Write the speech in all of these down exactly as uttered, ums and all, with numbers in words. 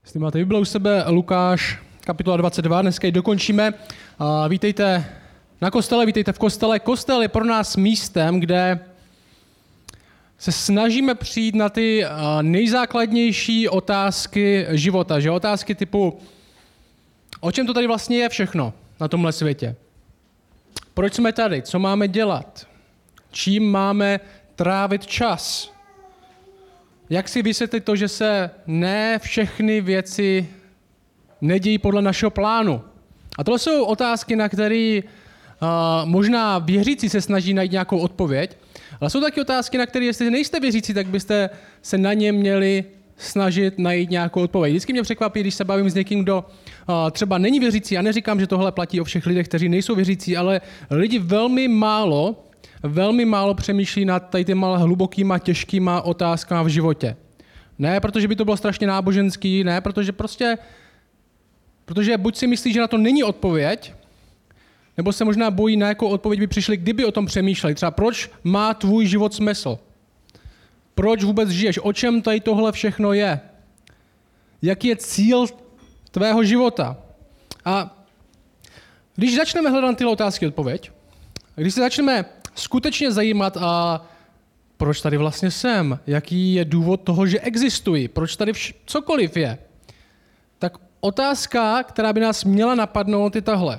Jestli máte Bible u sebe, Lukáš, kapitola dvacet dva, dneska ji dokončíme. Vítejte na kostele, vítejte v kostele. Kostel je pro nás místem, kde se snažíme přijít na ty nejzákladnější otázky života. Že? Otázky typu, o čem to tady vlastně je všechno na tomhle světě? Proč jsme tady? Co máme dělat? Čím máme trávit čas? Jak si vysvětlit to, že se ne všechny věci nedějí podle našeho plánu? A tohle jsou otázky, na které uh, možná věřící se snaží najít nějakou odpověď, ale jsou taky otázky, na které, jestli nejste věřící, tak byste se na ně měli snažit najít nějakou odpověď. Vždycky mě překvapí, když se bavím s někým, kdo uh, třeba není věřící. A neříkám, že tohle platí o všech lidech, kteří nejsou věřící, ale lidi velmi málo velmi málo přemýšlí nad tady těma hlubokýma, těžkýma otázkama v životě. Ne, protože by to bylo strašně náboženský, ne, protože prostě, protože buď si myslí, že na to není odpověď, nebo se možná bojí, na jakou odpověď by přišli, kdyby o tom přemýšleli. Třeba proč má tvůj život smysl? Proč vůbec žiješ? O čem tady tohle všechno je? Jaký je cíl tvého života? A když začneme hledat na tyhle otázky odpověď, když se začneme skutečně zajímat, a proč tady vlastně jsem, jaký je důvod toho, že existuji, proč tady vš- cokoliv je, tak otázka, která by nás měla napadnout, je tahle.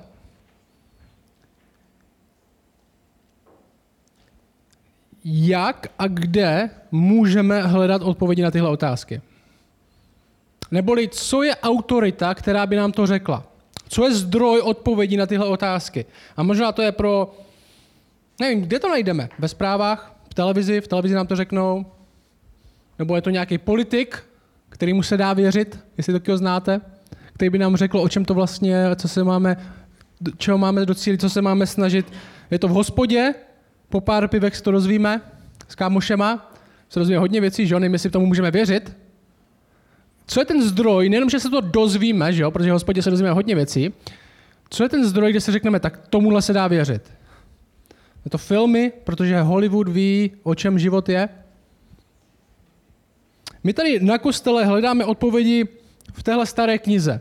Jak a kde můžeme hledat odpovědi na tyhle otázky? Neboli, co je autorita, která by nám to řekla? Co je zdroj odpovědí na tyhle otázky? A možná to je pro nevím, kde to najdeme? Ve zprávách? V televizi? V televizi nám to řeknou? Nebo je to nějaký politik, kterýmu se dá věřit, jestli to kdo znáte, který by nám řekl, o čem to vlastně je, co se máme, čeho máme docílit, co se máme snažit. Je to v hospodě, po pár pivech se to dozvíme, s kámošema, se dozvíme hodně věcí, že jo, nevím, jestli tomu můžeme věřit. Co je ten zdroj, nejenom, že se to dozvíme, že jo, protože v hospodě se dozvíme hodně věcí, co je ten zdroj, kde si řekneme, tak tomuhle se dá věřit? Je to filmy, protože Hollywood ví, o čem život je. My tady na kostele hledáme odpovědi v téhle staré knize.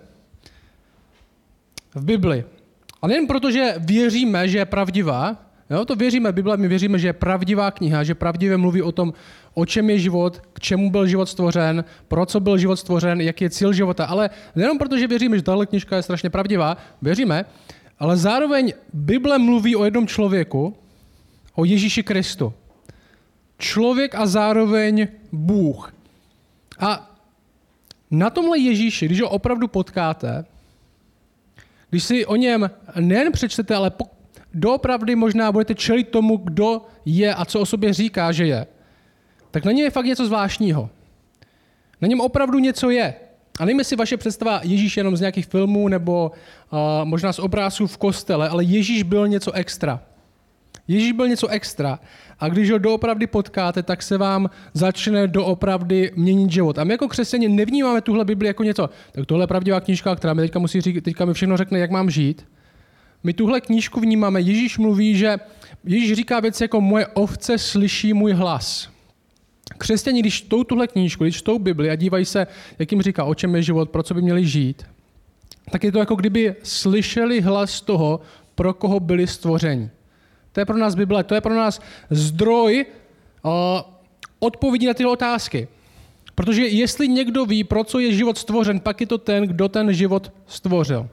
V Bibli. A nejen proto, že věříme, že je pravdivá, jo, to věříme v Bibli, my věříme, že je pravdivá kniha, že pravdivě mluví o tom, o čem je život, k čemu byl život stvořen, pro co byl život stvořen, jaký je cíl života. Ale nejen proto, že věříme, že tahle knižka je strašně pravdivá, věříme, ale zároveň Bible mluví o jednom člověku, o Ježíši Kristu. Člověk a zároveň Bůh. A na tomhle Ježíši, když ho opravdu potkáte, když si o něm nejen přečtete, ale doopravdy možná budete čelit tomu, kdo je a co o sobě říká, že je, tak na něm je fakt něco zvláštního. Na něm opravdu něco je. A nevím, jestli vaše představa Ježíš jenom z nějakých filmů nebo uh, možná z obrázků v kostele, ale Ježíš byl něco extra. Ježíš byl něco extra a když ho doopravdy potkáte, tak se vám začne doopravdy měnit život. A my jako křesťané nevnímáme tuhle Bibli jako něco, tak tohle je pravdivá knížka, která mi teďka musí říct, teďka mi všechno řekne, jak mám žít. My tuhle knížku vnímáme, Ježíš mluví, že Ježíš říká věci jako moje ovce slyší můj hlas. Křesťané, když čtou tuhle knížku, když čtou Bibli a dívají se, jak jim říká, o čem je život, pro co by měli žít, tak je to jako kdyby slyšeli hlas toho, pro koho byli stvořeni. To je pro nás Bible, to je pro nás zdroj uh, odpovědí na tyhle otázky. Protože jestli někdo ví, pro co je život stvořen, pak je to ten, kdo ten život stvořil.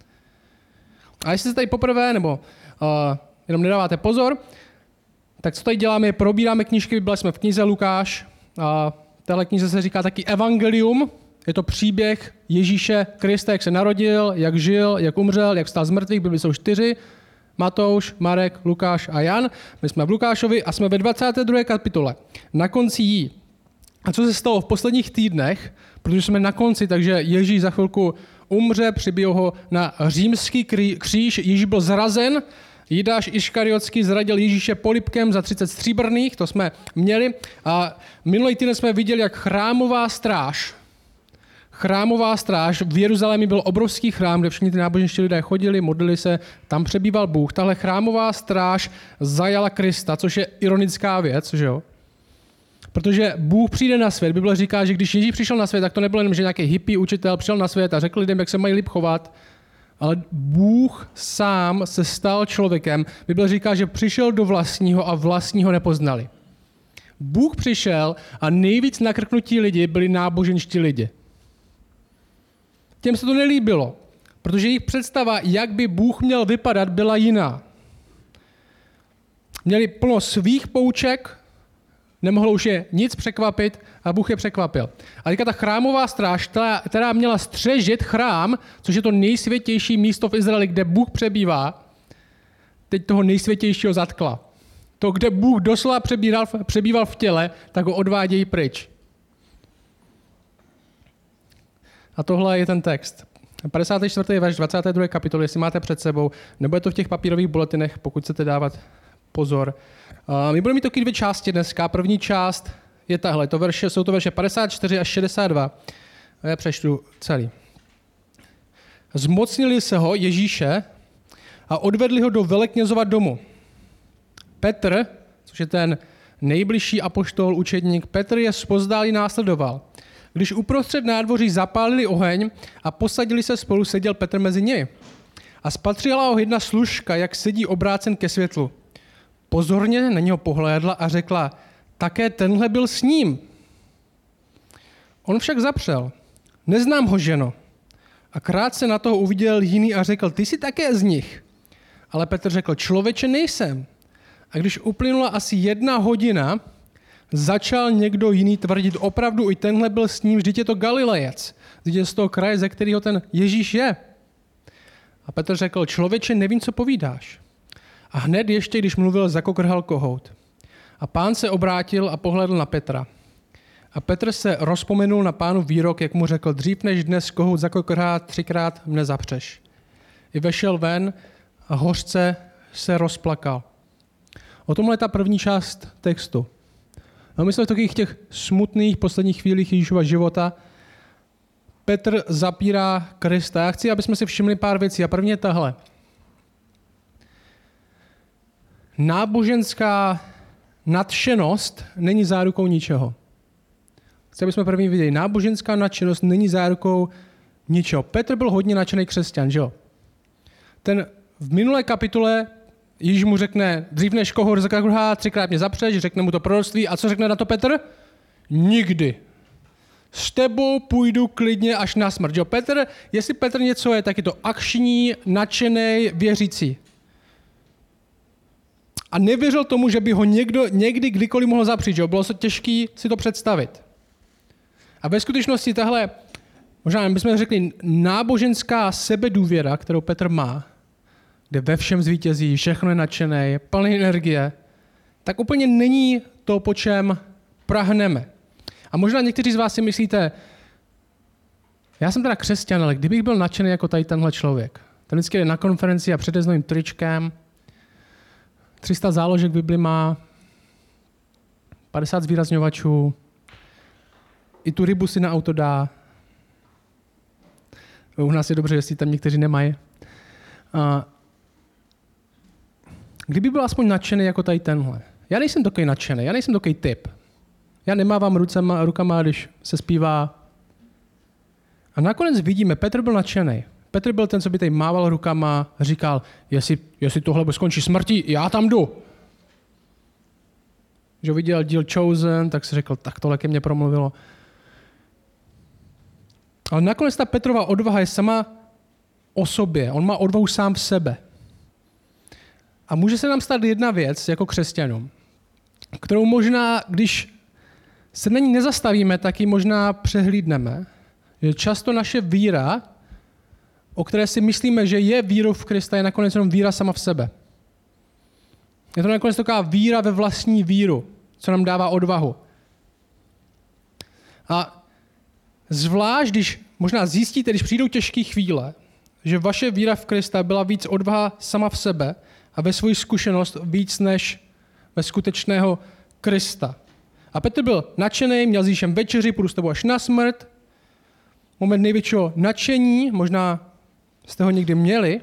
A jestli se tady poprvé, nebo uh, jenom nedáváte pozor, tak co tady děláme, je probíráme knížky Bible, jsme v knize Lukáš. A v téhle knize se říká taky evangelium. Je to příběh Ježíše Krista, jak se narodil, jak žil, jak umřel, jak vstal z mrtvých. Bibli jsou čtyři. Matouš, Marek, Lukáš a Jan. My jsme v Lukášovi a jsme ve dvacáté druhé kapitole. Na konci jí. A co se stalo v posledních týdnech, protože jsme na konci, takže Ježíš za chvilku umře, přibijou ho na římský kříž, Ježíš byl zrazen, Jidáš Iškariotský zradil Ježíše polibkem za třicet stříbrných, to jsme měli. A minulý týden jsme viděli, jak chrámová stráž, Chrámová stráž, v Jeruzalémě byl obrovský chrám, kde všichni ty náboženští lidé chodili, modlili se, tam přebýval Bůh. Tahle chrámová stráž zajala Krista, což je ironická věc, že jo? Protože Bůh přijde na svět. Bible říká, že když Ježíš přišel na svět, tak to nebylo jenom, že nějaký hippie učitel přišel na svět a řekl lidem, jak se mají líp chovat, ale Bůh sám se stal člověkem. Bible říká, že přišel do vlastního a vlastního nepoznali. Bůh přišel a nejvíc nakrknutí lidi byli náboženští lidi. Těm se to nelíbilo, protože jejich představa, jak by Bůh měl vypadat, byla jiná. Měli plno svých pouček, nemohlo už je nic překvapit a Bůh je překvapil. A teďka ta chrámová stráž, která, která měla střežit chrám, což je to nejsvětější místo v Izraeli, kde Bůh přebývá, teď toho nejsvětějšího zatkla. To, kde Bůh doslova přebíral, přebýval v těle, tak ho odvádějí pryč. A tohle je ten text. padesátý čtvrtý verš dvacáté druhé kapitoly, jestli máte před sebou, nebo je to v těch papírových bulletinech, pokud chcete dávat pozor. My budeme mít taky dvě části dneska. První část je tahle, to verše, jsou to verše padesát čtyři až šedesát dva. Já přečtu celý. Zmocnili se ho, Ježíše, a odvedli ho do veleknězova domu. Petr, což je ten nejbližší apoštol, učedník, Petr je zpozdálí následoval. Když uprostřed nádvoří zapálili oheň a posadili se spolu, seděl Petr mezi nimi. A spatřila ho jedna služka, jak sedí obrácen ke světlu. Pozorně na něho pohlédla a řekla, také tenhle byl s ním. On však zapřel. Neznám ho, ženo. A krátce na toho uviděl jiný a řekl, ty jsi také z nich. Ale Petr řekl, člověče, nejsem. A když uplynula asi jedna hodina, začal někdo jiný tvrdit, opravdu i tenhle byl s ním, vždyť je to Galilejec. Vždyť je z toho kraje, ze kterého ten Ježíš je. A Petr řekl, člověče, nevím, co povídáš. A hned ještě, když mluvil, zakokrhal kohout. A pán se obrátil a pohlédl na Petra. A Petr se rozpomenul na pánu výrok, jak mu řekl, dřív než dnes kohout zakokrhá, třikrát mne zapřeš. I vešel ven a hořce se rozplakal. O tomhle je ta první část textu. A my jsme v takových těch smutných posledních chvílích Ježíšova života. Petr zapírá Krista. Já chci, aby jsme si všimli pár věcí. A první je tahle. Náboženská nadšenost není zárukou ničeho. Chci, aby jsme první viděli. Náboženská nadšenost není zárukou ničeho. Petr byl hodně nadšený křesťan, že jo? Ten v minulé kapitole Ježíš mu řekne, dřív než kohout zakokrhá, třikrát mě zapřeš, řekne mu to proroctví. A co řekne na to Petr? Nikdy. S tebou půjdu klidně až na smrt. Jo, Petr, jestli Petr něco je, tak je to akční, nadšený, věřící. A nevěřil tomu, že by ho někdo někdy kdykoliv mohl zapřít. Jo? Bylo těžké si to představit. A ve skutečnosti tahle, možná bychom řekli, náboženská sebedůvěra, kterou Petr má, kde ve všem zvítězí, všechno je nadšené, je plný energie, tak úplně není to, po čem prahneme. A možná někteří z vás si myslíte, já jsem teda křesťan, ale kdybych byl nadšený jako tady tenhle člověk, ten vždycky jde na konferenci a přede s novým tričkem, tři sta záložek v Bibli má, padesát zvýrazňovačů, i tu rybu si na auto dá. U nás je dobře, jestli tam někteří nemají. A kdyby byl aspoň nadšený jako tady tenhle. Já nejsem takový nadšený, já nejsem takový typ. Já nemávám rucema, rukama, když se zpívá. A nakonec vidíme, Petr byl nadšený. Petr byl ten, co by tady mával rukama a říkal, jestli, jestli tohle skončí smrtí, já tam jdu. Že viděl díl Chosen, tak si řekl, tak tohle ke mně promluvilo. Ale nakonec ta Petrova odvaha je sama o sobě. On má odvahu sám v sebe. A může se nám stát jedna věc jako křesťanům, kterou možná, když se na ní nezastavíme, tak ji možná přehlídneme. Že často naše víra, o které si myslíme, že je vírou v Krista, je nakonec jenom víra sama v sebe. Je to nakonec taková víra ve vlastní víru, co nám dává odvahu. A zvlášť, když možná zjistíte, když přijdou těžké chvíle, že vaše víra v Krista byla víc odvaha sama v sebe a ve svoji zkušenost víc než ve skutečného Krista. A Petr byl nadšený, měl s Ježíšem večeři, půjdu s tebou až na smrt. Moment největšího nadšení, možná jste ho někdy měli,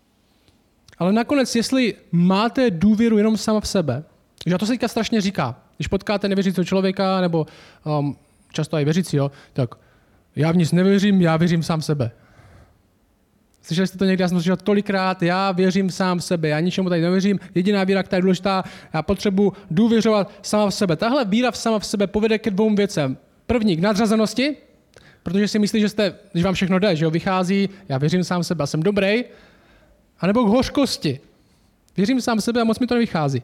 ale nakonec, jestli máte důvěru jenom sama v sebe, že to se teďka strašně říká, Když potkáte nevěřícího člověka, nebo um, často i věřícího, tak já v nic nevěřím, já věřím sám v sebe. Slyšeli jste to někdy, já jsem to slyšel tolikrát, já věřím sám v sebe, já ničemu tady nevěřím, jediná víra, která je důležitá, já potřebuji důvěřovat sama v sebe. Tahle víra v sama v sebe povede ke dvou věcem. První, k nadřazenosti, protože si myslí, že jste, když vám všechno jde, že jo, vychází, já věřím sám v sebe a jsem dobrý, anebo k hořkosti. Věřím sám v sebe a moc mi to nevychází.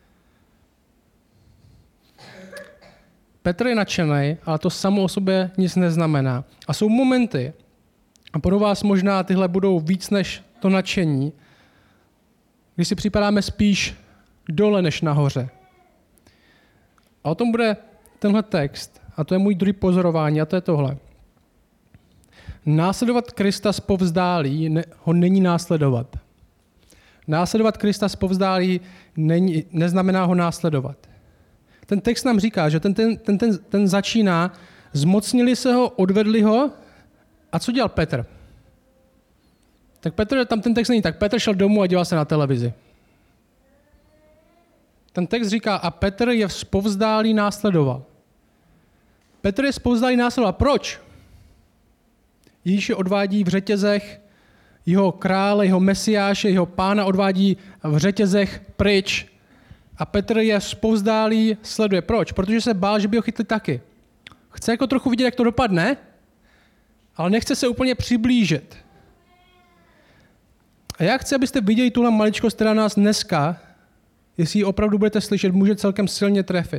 Petr je nadšený, ale to samo o sobě nic neznamená. A jsou momenty, a pro vás možná tyhle budou víc než to nadšení, když si připadáme spíš dole než nahoře. A o tom bude tenhle text, a to je můj druhý pozorování, a to je tohle. Následovat Krista zpovzdálí ne, ho není následovat. Následovat Krista zpovzdálí není, neznamená ho následovat. Ten text nám říká, že ten, ten, ten, ten, ten začíná, zmocnili se ho, odvedli ho, a co dělal Petr? Tak Petr, tam ten text není tak. Petr šel domů a díval se na televizi. Ten text říká, a Petr je zpovzdálí následoval. Petr je zpovzdálí následoval. Proč? Ježíš je odvádí v řetězech, jeho krále, jeho mesiáše, jeho pána odvádí v řetězech pryč. A Petr je zpovzdálí sleduje. Proč? Protože se bál, že by ho chytli taky. Chce jako trochu vidět, jak to dopadne, ale nechce se úplně přiblížit. A já chci, abyste viděli tuhle maličkost, která nás dneska, jestli ji opravdu budete slyšet, může celkem silně trefit.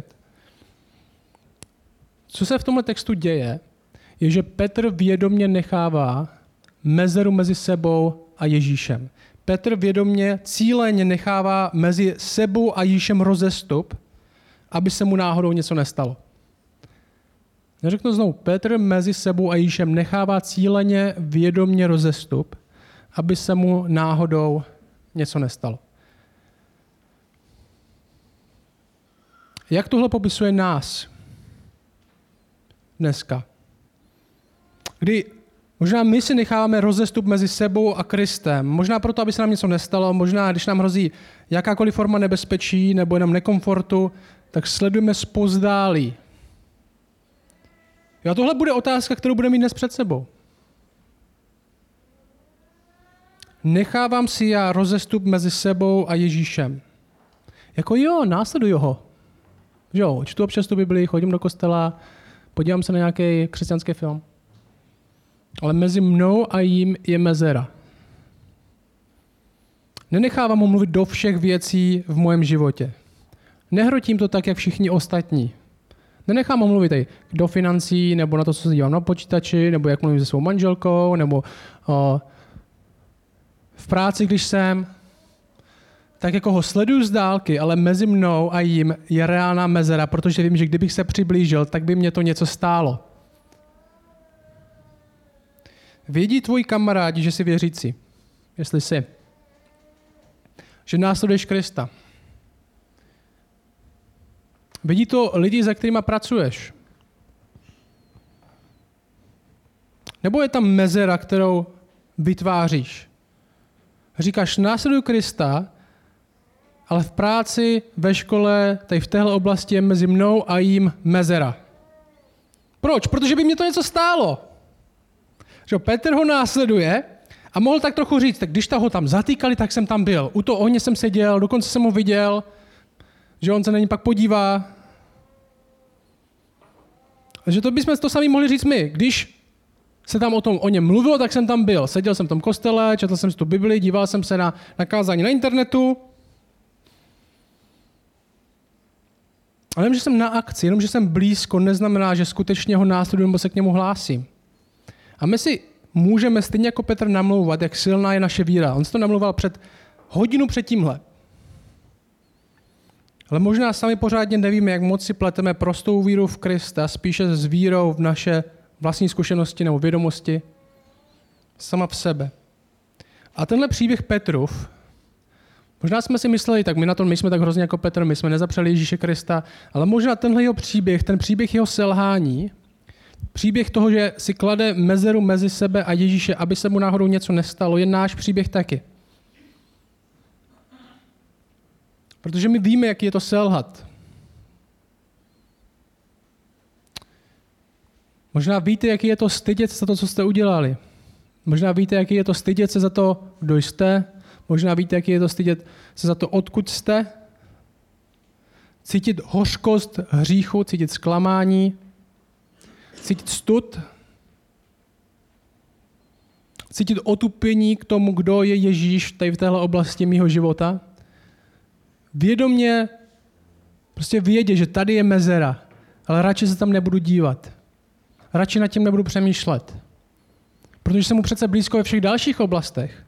Co se v tomhle textu děje, je, že Petr vědomě nechává mezeru mezi sebou a Ježíšem. Petr vědomě cíleně nechává mezi sebou a Ježíšem rozestup, aby se mu náhodou něco nestalo. Neřeknu znovu, Petr mezi sebou a Ježíšem nechává cíleně vědomě rozestup, aby se mu náhodou něco nestalo. Jak tohle popisuje nás dneska? Kdy možná my si necháváme rozestup mezi sebou a Kristem. Možná proto, aby se nám něco nestalo, možná když nám hrozí jakákoliv forma nebezpečí nebo jenom nekomfortu, tak sledujeme zpovzdálí. A tohle bude otázka, kterou budeme mít dnes před sebou. Nechávám si já rozestup mezi sebou a Ježíšem. Jako jo, následuju ho. Jo, čtu občas tu Bibli, chodím do kostela, podívám se na nějaký křesťanský film. Ale mezi mnou a jím je mezera. Nenechávám ho mluvit do všech věcí v mém životě. Nehrotím to tak, jak všichni ostatní. Nenechám ho mluvit tady do financí, nebo na to, co se dívám na počítači, nebo jak mluvím se svou manželkou, nebo o, v práci, když jsem. Tak jako ho sleduju z dálky, ale mezi mnou a jím je reálná mezera, protože vím, že kdybych se přiblížil, tak by mě to něco stálo. Vědí tvoji kamarádi, že jsi věřící, jestli jsi, že následuješ Krista. Vidí to lidi, se kterými pracuješ. Nebo je tam mezera, kterou vytváříš. Říkáš, následuju Krista, ale v práci, ve škole, tady v téhle oblasti je mezi mnou a jím mezera. Proč? Protože by mě to něco stálo. Že Petr ho následuje a mohl tak trochu říct, tak když ta ho tam zatýkali, tak jsem tam byl. U toho ohně jsem seděl, dokonce jsem ho viděl, že on se na ní pak podívá. Takže to bychom to sami mohli říct my. Když se tam o tom o něm mluvilo, tak jsem tam byl. Seděl jsem v tom kostele, četl jsem si tu Bibli, díval jsem se na, na kázání na internetu. Ale jenom, že jsem na akci, jenom, že jsem blízko, neznamená, že skutečně ho následuji nebo se k němu hlásím. A my si můžeme stejně jako Petr namlouvat, jak silná je naše víra. On si to namlouval před hodinu před tímhle. Ale možná sami pořádně nevíme, jak moc si pleteme prostou víru v Krista, spíše s vírou v naše vlastní zkušenosti nebo vědomosti sama v sebe. A tenhle příběh Petrův, možná jsme si mysleli, tak my na tom nejsme tak hrozně jako Petr, my jsme nezapřeli Ježíše Krista, ale možná tenhle jeho příběh, ten příběh jeho selhání, příběh toho, že si klade mezeru mezi sebe a Ježíše, aby se mu náhodou něco nestalo, je náš příběh taky. Protože my víme, jaký je to selhat. Možná víte, jaký je to stydět se za to, co jste udělali. Možná víte, jaký je to stydět se za to, kdo jste. Možná víte, jaký je to stydět se za to, odkud jste. Cítit hořkost hříchu, cítit zklamání, cítit stud, cítit otupění k tomu, kdo je Ježíš tady v téhle oblasti mýho života. Vědomě prostě vědět, že tady je mezera, ale radši se tam nebudu dívat. Radši nad tím nebudu přemýšlet. Protože jsem mu přece blízko ve všech dalších oblastech.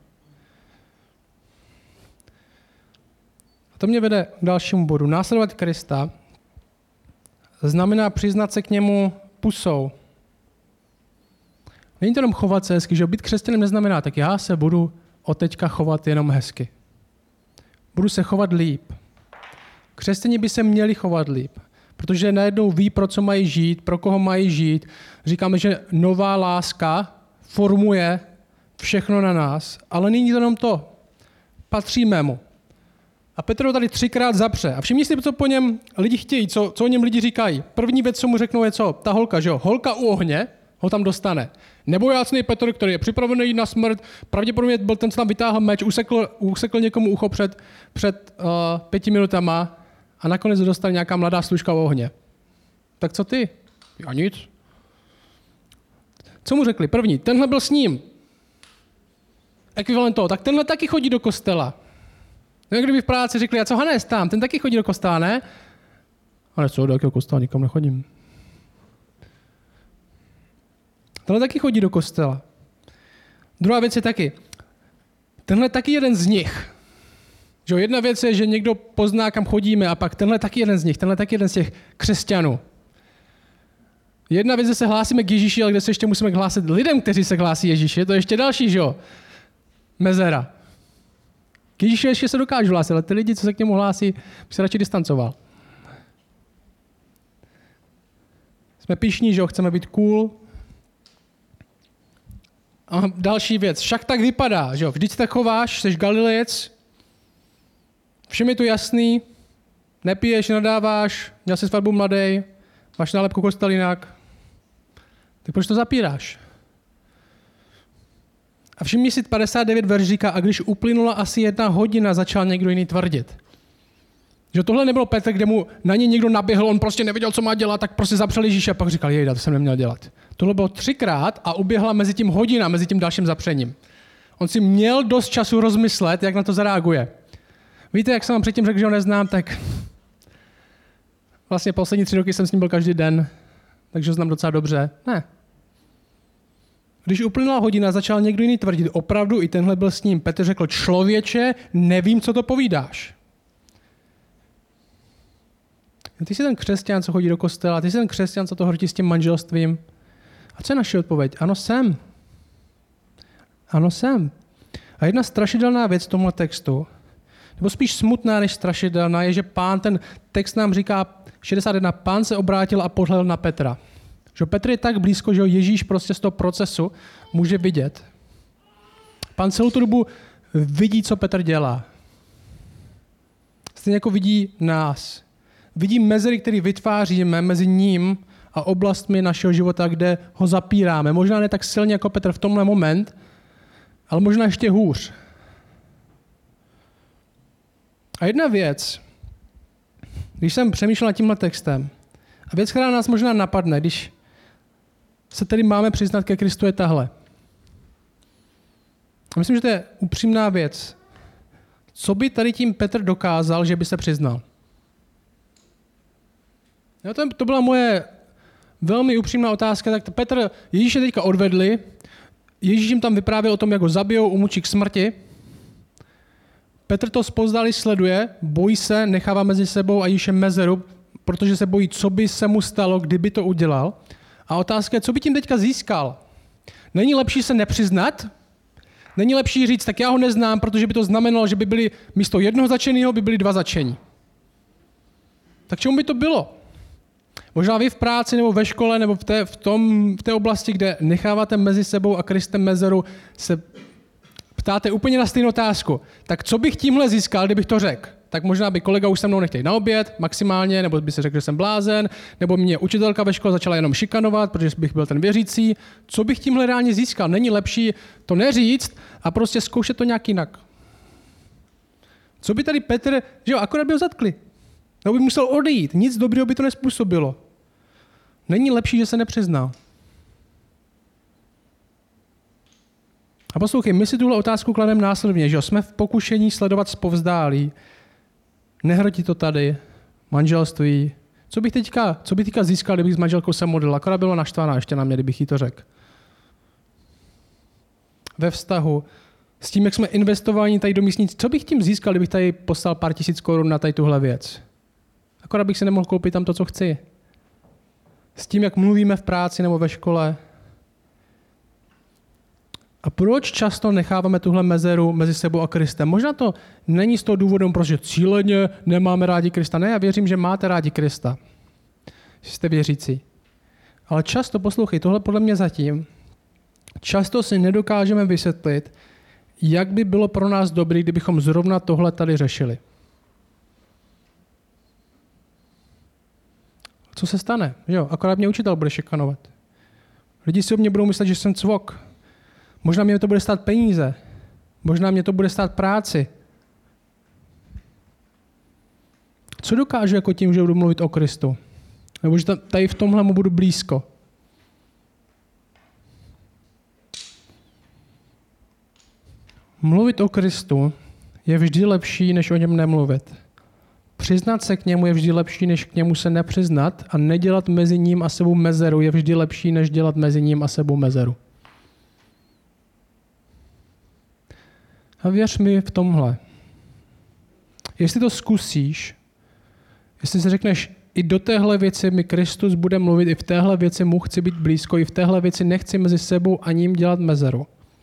A to mě vede k dalšímu bodu. Následovat Krista znamená přiznat se k němu pusou. Není to jenom chovat se hezky, že být křesťanem neznamená, tak já se budu od teďka chovat jenom hezky. Budu se chovat líp. Křesťané by se měli chovat líp, protože najednou ví, pro co mají žít, pro koho mají žít. Říkáme, že nová láska formuje všechno na nás, ale není to jenom to. Patříme mu. A Petr ho tady třikrát zapře. A všimni si, co po něm lidi chtějí, co, co o něm lidi říkají. První věc, co mu řeknou, je co? Ta holka, že jo? Holka u ohně ho tam dostane. Nebojácný Petr, který je připravený jít na smrt, pravděpodobně byl ten, co tam vytáhl meč, usekl, usekl někomu ucho před, před uh, pěti minutama a nakonec dostal nějaká mladá služka u ohně. Tak co ty? Já nic. Co mu řekli? První, tenhle byl s ním. Ekvivalent toho, tak tenhle taky chodí do kostela. No, kdyby v práci řekli, a co Hanes tam, ten taky chodí do kostela, ne? Ale co, do jakého kostela, nikam nechodím. Tenhle taky chodí do kostela. Druhá věc je taky, tenhle taky jeden z nich. Že jedna věc je, že někdo pozná, kam chodíme, a pak tenhle taky jeden z nich, tenhle taky jeden z těch křesťanů. Jedna věc, že se hlásíme k Ježíši, ale kde se ještě musíme hlásit lidem, kteří se hlásí Ježíši, to je ještě další, že jo? Mezera. K Ježíši ještě se dokážu hlásit, ale ty lidi, co se k němu hlásí, by se radši distancoval. Jsme pyšní, že jo? Chceme být cool. A další věc. Však tak vypadá, že jo? Vždyť se chováš, jsi Galilejec, všem je to jasný, nepiješ, nadáváš, měl jsi svatbu mladej, máš nálepku kostelinak, tak proč to zapíráš? A všimni si, padesát devět verš říká, a když uplynula asi jedna hodina, začal někdo jiný tvrdit. Že tohle nebylo Petr, kde mu na něj někdo naběhl, on prostě nevěděl, co má dělat, tak prostě zapřel Ježíše a pak říkal, jejda, to jsem neměl dělat. Tohle bylo třikrát a uběhla mezi tím hodina, mezi tím dalším zapřením. On si měl dost času rozmyslet, jak na to zareaguje. Víte, jak jsem vám předtím řekl, že ho neznám, tak vlastně poslední tři roky jsem s ním byl každý den, takže ho znám docela dobře. Ne. Když uplynula hodina, začal někdo jiný tvrdit, opravdu i tenhle byl s ním. Petr řekl, člověče, nevím, co to povídáš. Ty jsi ten křesťan, co chodí do kostela, ty jsi ten křesťan, co to hrotí s tím manželstvím. A co je naše odpověď? Ano, jsem. Ano, jsem. A jedna strašidelná věc v tomhle textu, nebo spíš smutná než strašidelná, je, že pán, ten text nám říká šedesát jedna, pán se obrátil a pohlédl na Petra. Že Petr je tak blízko, že ho Ježíš prostě z toho procesu může vidět. Pán celou tu dobu vidí, co Petr dělá. Stejně jako vidí nás. Vidí mezery, které vytváříme mezi ním a oblastmi našeho života, kde ho zapíráme. Možná ne tak silně jako Petr v tomhle moment, ale možná ještě hůř. A jedna věc, když jsem přemýšlel nad tímhle textem, a věc, která nás možná napadne, když se tedy máme přiznat ke Kristu, je tahle. A myslím, že to je upřímná věc. Co by tady tím Petr dokázal, že by se přiznal? Jo, to, to byla moje velmi upřímná otázka. Tak Petr, Ježíše teďka odvedli, Ježíš jim tam vyprávěl o tom, jak ho zabijou, umučí k smrti. Petr to zpozdálí sleduje, bojí se, nechává mezi sebou a Ježíšem mezeru, protože se bojí, co by se mu stalo, kdyby to udělal. A otázka je, co by tím teďka získal? Není lepší se nepřiznat? Není lepší říct, tak já ho neznám, protože by to znamenalo, že by byli místo jednoho začeného, by byli dva začení. Tak čemu by to bylo? Možná vy v práci nebo ve škole nebo v té, v tom, v té oblasti, kde necháváte mezi sebou a Kristem mezeru, se ptáte úplně na stejnou otázku. Tak co bych tímhle získal, kdybych to řekl? tak možná by kolega už se mnou nechtěl na oběd maximálně, nebo by se řekl, že jsem blázen, nebo mě učitelka ve škole začala jenom šikanovat, protože bych byl ten věřící. Co bych tímhle reálně získal? Není lepší to neříct a prostě zkoušet to nějak jinak. Co by tady Petr, že jo, akorát by ho zatkli. Nebo by musel odejít. Nic dobrého by to nespůsobilo. Není lepší, že se nepřiznal. A poslouchej, my si tuhle otázku klademe následně, že jo? Jsme v pokušení sledovat zpovzdálí. Nehrotí to tady, manželství. Co bych teďka, co bych teďka získal, kdybych s manželkou se modlil? Akorát bylo naštvaná ještě na mě, kdybych jí to řekl. Ve vztahu s tím, jak jsme investovali tady do místnic, co bych tím získal, kdybych tady poslal pár tisíc korun na tady tuhle věc? Akorát bych si nemohl koupit tam to, co chci. S tím, jak mluvíme v práci nebo ve škole. A proč často necháváme tuhle mezeru mezi sebou a Kristem? Možná to není z toho důvodu, protože cíleně nemáme rádi Krista. Ne, já věřím, že máte rádi Krista. Že jste věřící. Ale často, poslouchej, tohle podle mě zatím, často si nedokážeme vysvětlit, jak by bylo pro nás dobrý, kdybychom zrovna tohle tady řešili. Co se stane? Jo, akorát mě učitel bude šikanovat. Lidi si o mě budou myslet, že jsem cvok. Možná mě to bude stát peníze. Možná mě to bude stát práci. Co dokážu jako tím, že budu mluvit o Kristu? Nebo že tady v tomhle mu budu blízko? Mluvit o Kristu je vždy lepší, než o něm nemluvit. Přiznat se k němu je vždy lepší, než k němu se nepřiznat a nedělat mezi ním a sebou mezeru je vždy lepší, než dělat mezi ním a sebou mezeru. A věř mi v tomhle. Jestli to zkusíš, jestli si řekneš, i do téhle věci mi Kristus bude mluvit, i v téhle věci mu chci být blízko, i v téhle věci nechci mezi sebou a ním dělat mezeru,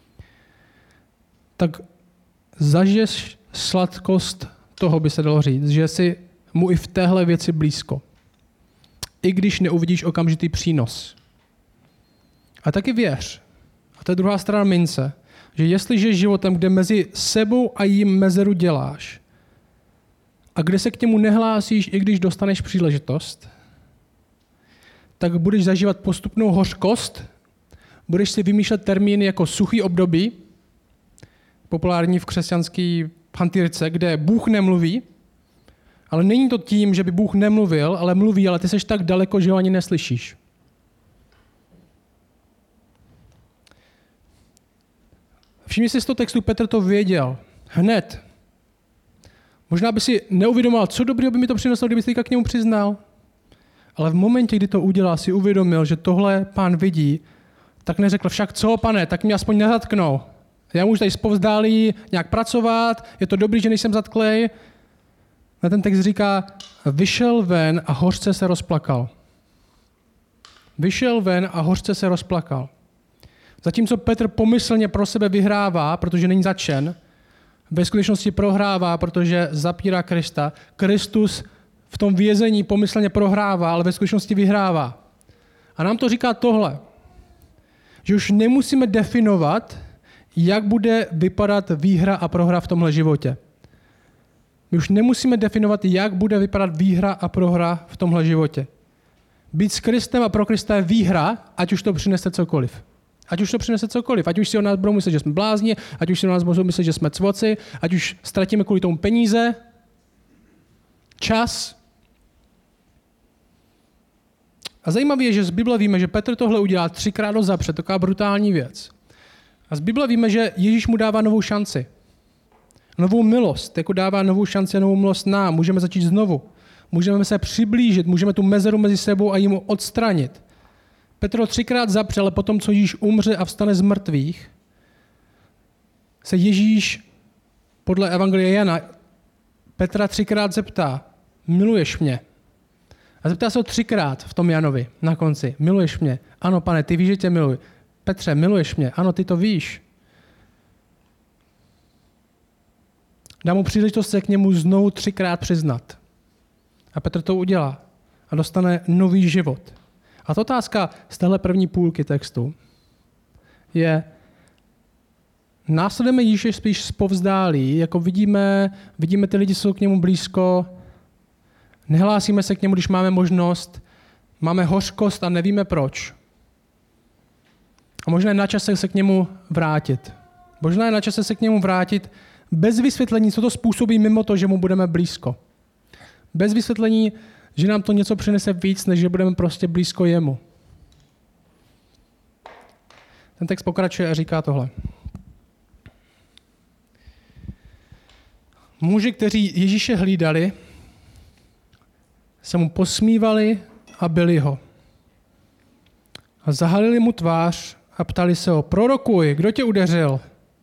tak zažiješ sladkost toho, by se dalo říct, že jsi mu i v téhle věci blízko. I když neuvidíš okamžitý přínos. A taky věř, a to je druhá strana mince, že jestli žiješ životem, kde mezi sebou a jím mezeru děláš a kde se k němu nehlásíš, i když dostaneš příležitost, tak budeš zažívat postupnou hořkost, budeš si vymýšlet termíny jako suchý období, populární v křesťanské hantýrce, kde Bůh nemluví, ale není to tím, že by Bůh nemluvil, ale mluví, ale ty seš tak daleko, že ho ani neslyšíš. Všimni si z toho textu, Petr to věděl. Hned. Možná by si neuvědomoval, co dobrého by mi to přineslo, kdyby se teďka k němu přiznal. Ale v momentě, kdy to udělal, si uvědomil, že tohle Pán vidí, tak neřekl, však co, pane, tak mě aspoň nezatknou. Já můžu tady zpovzdálí nějak pracovat, je to dobrý, že nejsem zatklej. Na ten text říká, vyšel ven a hořce se rozplakal. Vyšel ven a hořce se rozplakal. Zatímco Petr pomyslně pro sebe vyhrává, protože není zatčen, ve skutečnosti prohrává, protože zapírá Krista. Kristus v tom vězení pomyslně prohrává, ale ve skutečnosti vyhrává. A nám to říká tohle, že už nemusíme definovat, jak bude vypadat výhra a prohra v tomhle životě. My už nemusíme definovat, jak bude vypadat výhra a prohra v tomhle životě. Být s Kristem a pro Krista je výhra, ať už to přinese cokoliv. Ať už to přinese cokoliv. Ať už si o nás budou myslet, že jsme blázni, ať už si o nás budou myslet, že jsme cvoci, ať už ztratíme kvůli tomu peníze, čas. A zajímavé je, že z Bible víme, že Petr tohle udělá třikrát dozapřed, taková brutální věc. A z Bible víme, že Ježíš mu dává novou šanci. Novou milost, jako dává novou šanci a novou milost nám. Můžeme začít znovu. Můžeme se přiblížit, můžeme tu mezeru mezi sebou a jim odstranit. Petr ho třikrát zapře, ale potom, co Ježíš umře a vstane z mrtvých, se Ježíš podle Evangelia Jana Petra třikrát zeptá, miluješ mě? A zeptá se ho třikrát v tom Janovi na konci, miluješ mě? Ano, pane, ty víš, že tě miluji. Petře, miluješ mě? Ano, ty to víš. Dá mu příležitost se k němu znovu třikrát přiznat. A Petr to udělá a dostane nový život. A ta otázka z téhle první půlky textu je, následujeme Ježíše spíš zpovzdálí, jako vidíme, vidíme ty lidi, jsou k němu blízko, nehlásíme se k němu, když máme možnost, máme hořkost a nevíme proč. A možná je na čase se k němu vrátit. Možná je na čase se k němu vrátit bez vysvětlení, co to způsobí mimo to, že mu budeme blízko. Bez vysvětlení, že nám to něco přinese víc, než že budeme prostě blízko jemu. Ten text pokračuje a říká tohle. Muži, kteří Ježíše hlídali, se mu posmívali a byli ho. A zahalili mu tvář a ptali se ho, prorokuj, kdo tě udeřil?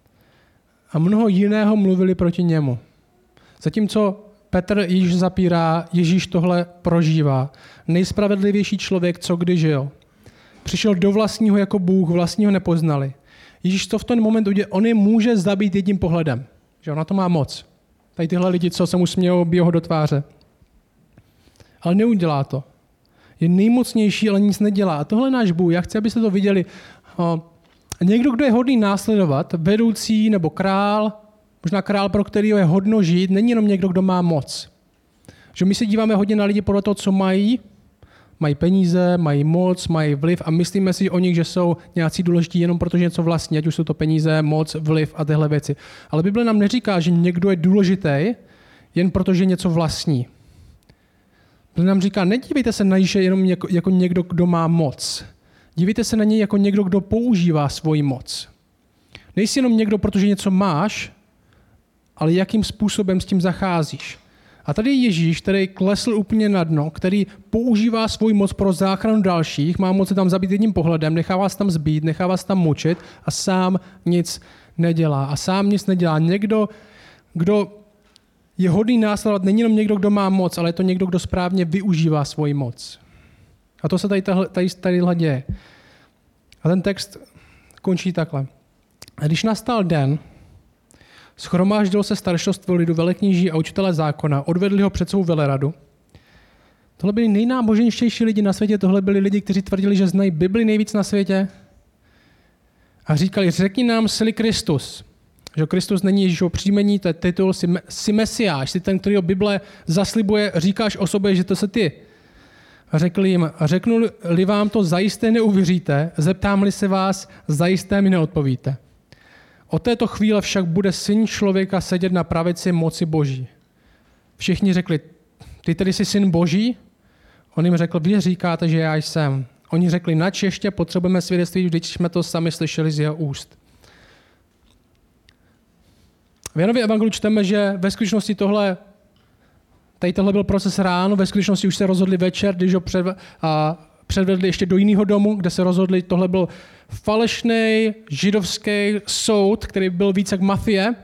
A mnoho jiného mluvili proti němu. Zatímco Petr již zapírá, Ježíš tohle prožívá. Nejspravedlivější člověk, co kdy žil. Přišel do vlastního jako Bůh, vlastního nepoznali. Ježíš to v ten moment udělá, on je může zabít jedním pohledem. Že on na to má moc. Tady tyhle lidi, co se mu smějou, bijou ho do tváře. Ale neudělá to. Je nejmocnější, ale nic nedělá. A tohle je náš Bůh. Já chci, abyste to viděli. Někdo, kdo je hodný následovat, vedoucí nebo král, možná král, pro kterého je hodno žít, není jenom někdo, kdo má moc. Že my se díváme hodně na lidi podle toho, co mají. Mají peníze, mají moc, mají vliv a myslíme si o nich, že jsou nějací důležití jenom protože něco vlastní, ať už jsou to peníze, moc, vliv a tyhle věci. Ale Bible nám neříká, že někdo je důležitý jen protože něco vlastní. Bible nám říká, nedívejte se na Ježíše jenom jako někdo, kdo má moc. Dívejte se na něj jako někdo, kdo používá svoji moc. Nejsi jenom někdo, protože něco máš, ale jakým způsobem s tím zacházíš. A tady je Ježíš, který klesl úplně na dno, který používá svou moc pro záchranu dalších, má moc se tam zabít jedním pohledem, nechává se tam zbít, nechává se tam mučit a sám nic nedělá. A sám nic nedělá. Někdo, kdo je hodný následovat, není jenom někdo, kdo má moc, ale je to někdo, kdo správně využívá svoji moc. A to se tady, tady, tady, tady děje. A ten text končí takhle. A když nastal den, shromáždilo se staršostvo lidu, velekníží a učitelé zákona, odvedli ho před svou veleradu. Tohle byli nejnáboženštější lidi na světě, tohle byli lidi, kteří tvrdili, že znají Bibli nejvíc na světě. A říkali, řekni nám, jsi Kristus. Že Kristus není Ježíšovo příjmení, to je titul, jsi, jsi Mesiáš, jsi ten, kterýho Bible zaslibuje, říkáš o sobě, že to jsi ty. A řekli jim, a řeknu-li vám to, zajisté neuvěříte, zeptám-li se vás, zajisté mi neodpovíte. Od této chvíle však bude syn člověka sedět na pravici moci Boží. Všichni řekli, ty tedy jsi syn Boží? On jim řekl, vy říkáte, že já jsem. Oni řekli, nač ještě potřebujeme svědectví, když jsme to sami slyšeli z jeho úst. V Janově evangeliu čteme, že ve skutečnosti tohle, tady tohle byl proces ráno, ve skutečnosti už se rozhodli večer, když ho před, a předvedli ještě do jiného domu, kde se rozhodli, tohle byl falešný židovský soud, který byl víc jak mafie.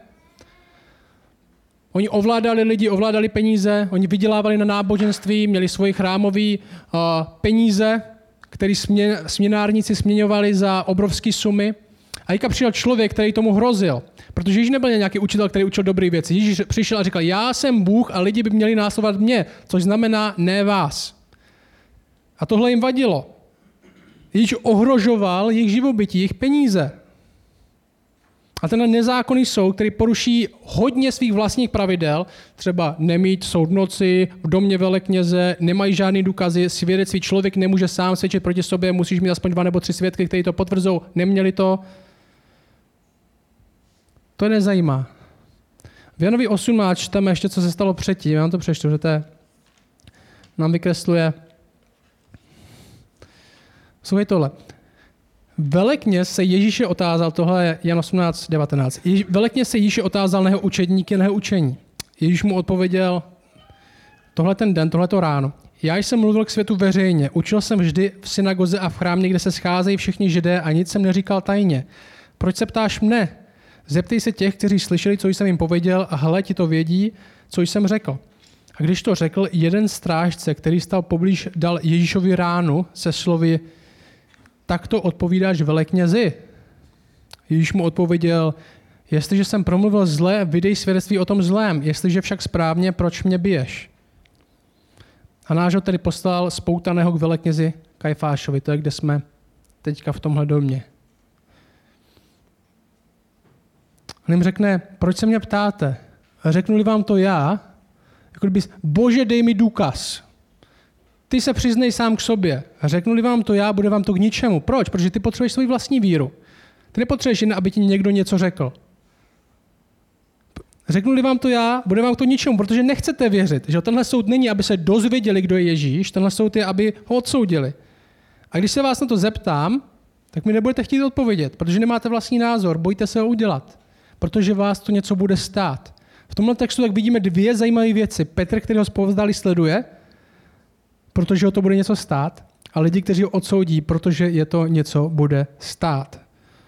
Oni ovládali lidi, ovládali peníze, oni vydělávali na náboženství, měli svoje chrámové uh, peníze, které smě, směnárníci směňovali za obrovské sumy. A teďka přišel člověk, který tomu hrozil, protože Ježíš nebyl nějaký učitel, který učil dobré věci. Ježíš přišel a říkal, já jsem Bůh a lidi by měli následovat mě, což znamená ne vás. A tohle jim vadilo. Ježíš ohrožoval jejich živobytí, jejich peníze. A ten nezákonný soud, který poruší hodně svých vlastních pravidel, třeba nemít soud noci, v domě velekněze, nemají žádný důkazy, svědectví, člověk nemůže sám svědčit proti sobě, musíš mít aspoň dva nebo tři svědky, kteří to potvrzou, neměli to. To je nezajímá. V Janovi osmnáct čteme ještě, co se stalo předtím, já vám to přečtu, že to je, nám vykresluje. Słuchej tohle. Velekněz se Ježíše otázal, tohle je Jan osmnáct devatenáct. Velekněz se Ježíše otázal na jeho učedníky, na jeho učení. Ježíš mu odpověděl, tohle ten den, tohle to ráno. Já jsem mluvil k světu veřejně, učil jsem vždy v synagoze a v chrámě, kde se scházejí všichni Židé a nic jsem neříkal tajně. Proč se ptáš mne? Zeptej se těch, kteří slyšeli, co jsem jim pověděl a hle, ti to vědí, co jsem řekl. A když to řekl, jeden strážce, který stál poblíž, dal Ježíšovi ránu se slovy, tak to odpovídáš veleknězi. Ježíš mu odpověděl, jestliže jsem promluvil zle, vydej svědectví o tom zlém, jestliže však správně, proč mě biješ? A náš ho tedy poslal spoutaného k veleknězi Kajfášovi, to je, kde jsme teďka v tomhle domě. On jim řekne, proč se mě ptáte? A řeknu-li vám to já, jako kdyby, Bože, dej mi důkaz. Ty se přiznej sám k sobě. A řeknu-li vám to já, bude vám to k ničemu. Proč? Protože ty potřebuješ svou vlastní víru. Ty nepotřebuješ jen, aby ti někdo něco řekl. Řeknu-li vám to já, bude vám to ničemu, protože nechcete věřit. Že tenhle soud není, aby se dozvěděli, kdo je Ježíš, tenhle soud je, aby ho odsoudili. A když se vás na to zeptám, tak mi nebudete chtít odpovědět, protože nemáte vlastní názor, bojíte se ho udělat, protože vás to něco bude stát. V tomhle textu tak vidíme dvě zajímavé věci. Petr, který ho zpovzdálí sleduje, protože ho to bude něco stát, a lidi, kteří ho odsoudí, protože je to něco bude stát.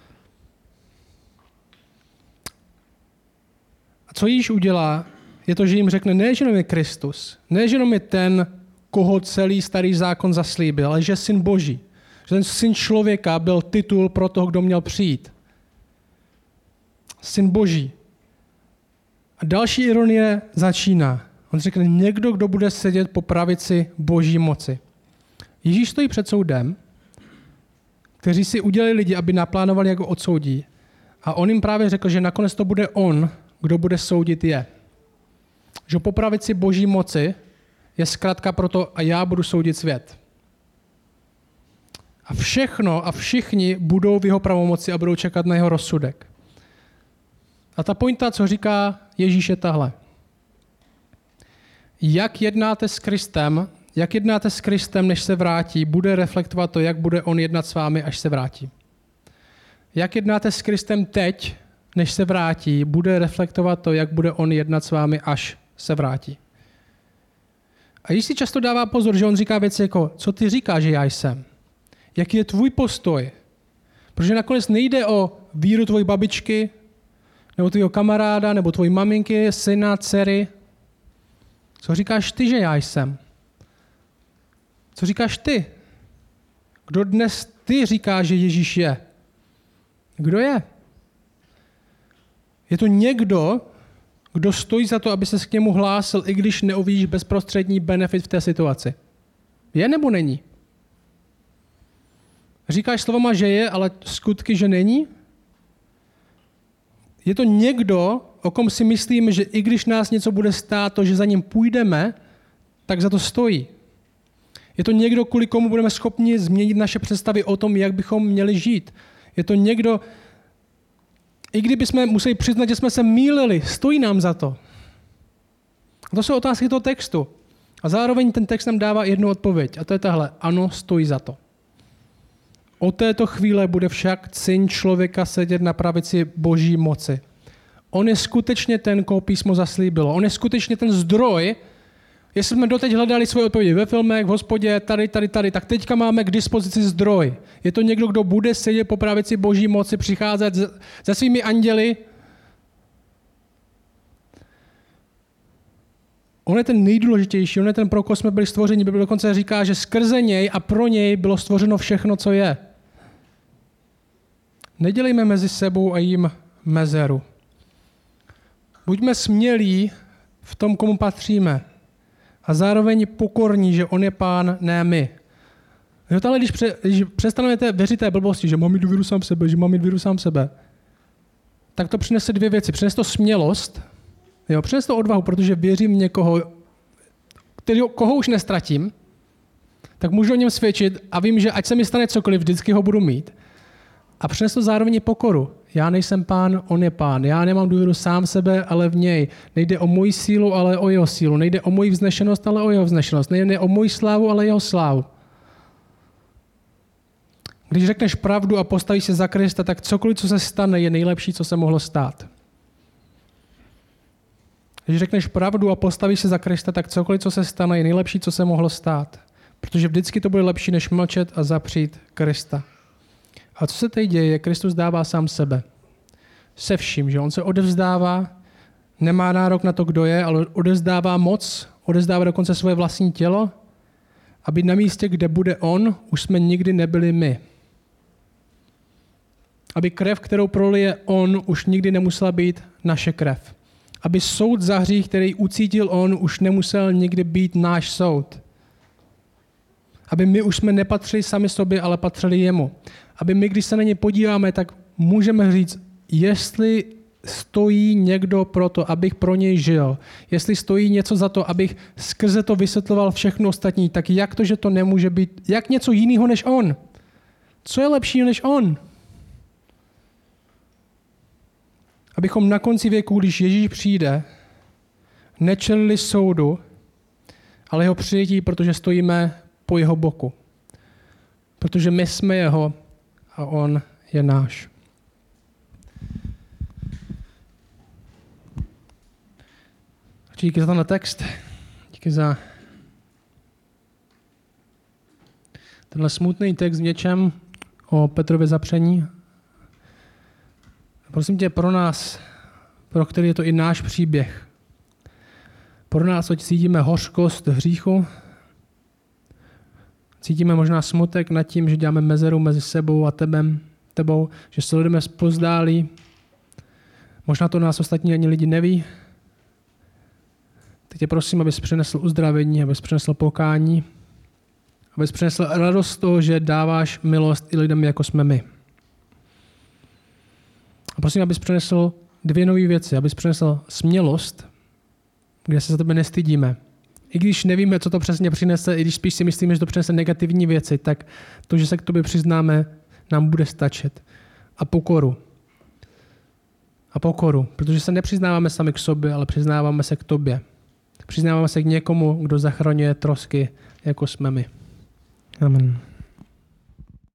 A co Ježíš udělá, je to, že jim řekne, ne, že jenom je Kristus, ne, že jenom je ten, koho celý starý zákon zaslíbil, ale že je syn Boží. Že ten syn člověka byl titul pro toho, kdo měl přijít. Syn Boží. A další ironie začíná. On řekne, někdo, kdo bude sedět po pravici Boží moci. Ježíš stojí před soudem, kteří si udělali lidi, aby naplánovali, jak ho odsoudí. A on jim právě řekl, že nakonec to bude on, kdo bude soudit je. Že po pravici Boží moci je zkratka pro to, a já budu soudit svět. A všechno a všichni budou v jeho pravomoci a budou čekat na jeho rozsudek. A ta pointa, co říká Ježíš, je tahle. Jak jednáte s Kristem, jak jednáte s Kristem, než se vrátí, bude reflektovat to, jak bude on jednat s vámi, až se vrátí. Jak jednáte s Kristem teď, než se vrátí, bude reflektovat to, jak bude on jednat s vámi, až se vrátí. A Ježíš si často dává pozor, že on říká věci jako, co ty říkáš, že já jsem? Jaký je tvůj postoj? Protože nakonec nejde o víru tvojí babičky, nebo tvýho kamaráda, nebo tvojí maminky, syna, dcery. Co říkáš ty, že já jsem? Co říkáš ty? Kdo dnes ty říká, že Ježíš je? Kdo je? Je to někdo, kdo stojí za to, aby se k němu hlásil, i když neuvidíš bezprostřední benefit v té situaci. Je nebo není? Říkáš slovama, že je, ale skutky, že není? Je to někdo, o kom si myslíme, že i když nás něco bude stát, to, že za ním půjdeme, tak za to stojí. Je to někdo, kvůli komu budeme schopni změnit naše představy o tom, jak bychom měli žít. Je to někdo, i kdybychom museli přiznat, že jsme se mýlili, stojí nám za to. A to jsou otázky toho textu. A zároveň ten text nám dává jednu odpověď. A to je tahle. Ano, stojí za to. Od této chvíle bude však syn člověka sedět na pravici Boží moci. On je skutečně ten, koho písmo zaslíbilo. On je skutečně ten zdroj. Jestli jsme doteď hledali svoje odpovědi ve filmech, v hospodě, tady, tady, tady, tak teďka máme k dispozici zdroj. Je to někdo, kdo bude sedět po pravici Boží moci, přicházet se svými anděli. On je ten nejdůležitější, on je ten, pro koho jsme byli stvořeni. Bible dokonce říká, že skrze něj a pro něj bylo stvořeno všechno, co je. Nedělejme mezi sebou a jim mezeru. Buďme smělí v tom, komu patříme. A zároveň pokorní, že on je pán, ne my. Jo, ale když, pře, když přestanete věřit té blbosti, že mám mít důvěru sám v sebe, že mám mít důvěru sám v sebe, tak to přinese dvě věci. Přinese to smělost, jo, přinese to odvahu, protože věřím v někoho, který, koho už nestratím, tak můžu o něm svědčit a vím, že ať se mi stane cokoliv, vždycky ho budu mít. A přinese to zároveň i pokoru. Já nejsem pán, on je pán. Já nemám důvěru sám v sebe, ale v něj. Nejde o moji sílu, ale o jeho sílu. Nejde o moji vznešenost, ale o jeho vznešenost. Nejde o moji slávu, ale jeho slávu. Když řekneš pravdu a postavíš se za Krista, tak cokoliv, co se stane, je nejlepší, co se mohlo stát. Když řekneš pravdu a postavíš se za Krista, tak cokoliv, co se stane, je nejlepší, co se mohlo stát. Protože vždycky to bude lepší, než mlčet a zapřít Krista. A co se teď děje? Kristus dává sám sebe. Se vším, že on se odevzdává, nemá nárok na to, kdo je, ale odevzdává moc, odevzdává dokonce svoje vlastní tělo, aby na místě, kde bude on, už jsme nikdy nebyli my. Aby krev, kterou prolije on, už nikdy nemusela být naše krev. Aby soud za hřích, který ucítil on, už nemusel nikdy být náš soud. Aby my už jsme nepatřili sami sobě, ale patřili jemu. Aby my, když se na ně podíváme, tak můžeme říct, jestli stojí někdo pro to, abych pro něj žil, jestli stojí něco za to, abych skrze to vysvětloval všechno ostatní, tak jak to, že to nemůže být, jak něco jiného než on? Co je lepší než on? Abychom na konci věku, když Ježíš přijde, nečelili soudu, ale jeho přijetí, protože stojíme po jeho boku. Protože my jsme jeho a on je náš. Díky za tenhle text. Díky za tenhle smutný text v něčem o Petrově zapření. Prosím tě, pro nás, pro který je to i náš příběh, pro nás, ať cítíme hořkost hříchu, cítíme možná smutek nad tím, že děláme mezeru mezi sebou a tebem, tebou, že se lidé zpozdálí. Možná to nás ostatní ani lidi neví. Teď tě prosím, abys přinesl uzdravení, abys přinesl pokání, abys přinesl radost toho, že dáváš milost i lidem, jako jsme my. A prosím, abys přinesl dvě nové věci. Abys přinesl smělost, kde se za tebe nestydíme. I když nevíme, co to přesně přinese, i když spíš si myslíme, že to přinese negativní věci, tak to, že se k tobě přiznáme, nám bude stačit. A pokoru. A pokoru, protože se nepřiznáváme sami k sobě, ale přiznáváme se k tobě. Přiznáváme se k někomu, kdo zachraňuje trosky, jako jsme my. Amen.